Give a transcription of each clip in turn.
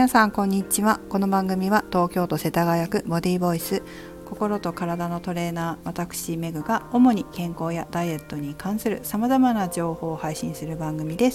皆さんこんにちは。この番組は東京都世田谷区ボディボイス心と体のトレーナー私メグが主に健康やダイエットに関するさまざまな情報を配信する番組です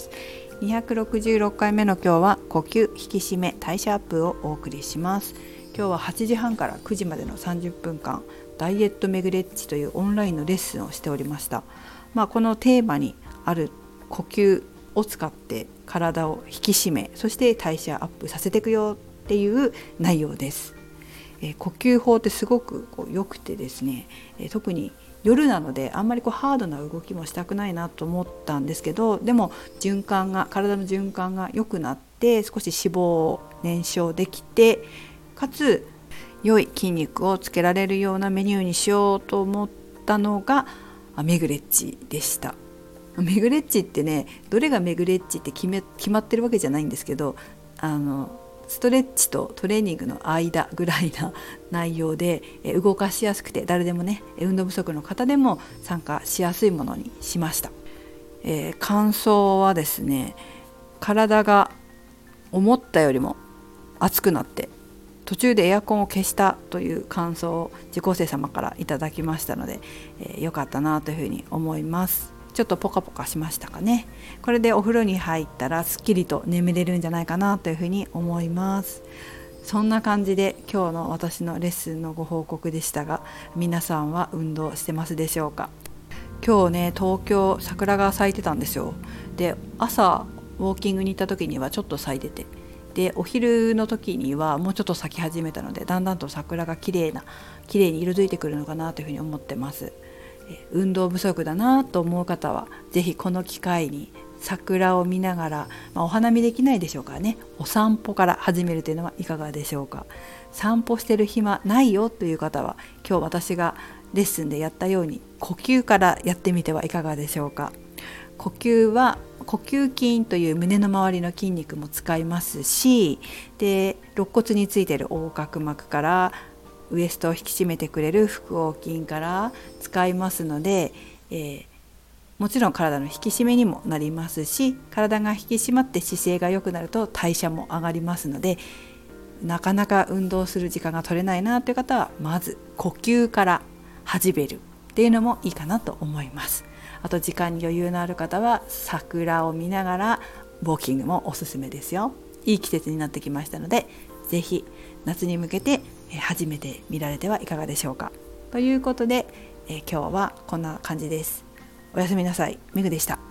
。266回目の今日は呼吸引き締め代謝アップをお送りします。今日は8時半から9時までの30分間ダイエットメグレッジというオンラインのレッスンをしておりました。このテーマにある呼吸を使って体を引き締め、そして代謝アップさせていくよっていう内容です。呼吸法ってすごく良くてですね、特に夜なのであんまりハードな動きもしたくないなと思ったんですけど、でも体の循環が良くなって少し脂肪を燃焼できて、かつ良い筋肉をつけられるようなメニューにしようと思ったのがメグレッジでした。メグレッジってね、どれがメグレッジって決まってるわけじゃないんですけど、ストレッチとトレーニングの間ぐらいな内容で、動かしやすくて誰でもね、運動不足の方でも参加しやすいものにしました。感想はですね、体が思ったよりも熱くなって途中でエアコンを消したという感想を受講生様からいただきましたので、良かったなというふうに思います。ちょっとポカポカしましたかね。これでお風呂に入ったらすっきりと眠れるんじゃないかなというふうに思います。そんな感じで今日の私のレッスンのご報告でしたが、皆さんは運動してますでしょうか。今日ね、東京桜が咲いてたんですよ。で、朝ウォーキングに行った時にはちょっと咲いてて、でお昼の時にはもうちょっと咲き始めたので、だんだんと桜が綺麗に色づいてくるのかなというふうに思ってます。運動不足だなと思う方はぜひこの機会に桜を見ながら、お花見できないでしょうからね、お散歩から始めるというのはいかがでしょうか。散歩してる暇ないよという方は今日私がレッスンでやったように呼吸からやってみてはいかがでしょうか。呼吸は呼吸筋という胸の周りの筋肉も使いますし、で肋骨についている横隔膜からウエストを引き締めてくれる腹横筋から使いますので、もちろん体の引き締めにもなりますし、体が引き締まって姿勢が良くなると代謝も上がりますので、なかなか運動する時間が取れないなという方はまず呼吸から始めるっていうのもいいかなと思います。あと時間に余裕のある方は桜を見ながらウォーキングもおすすめですよ。いい季節になってきましたので、ぜひ夏に向けて始めてみられてはいかがでしょうか。ということで、今日はこんな感じです。おやすみなさい。メグでした。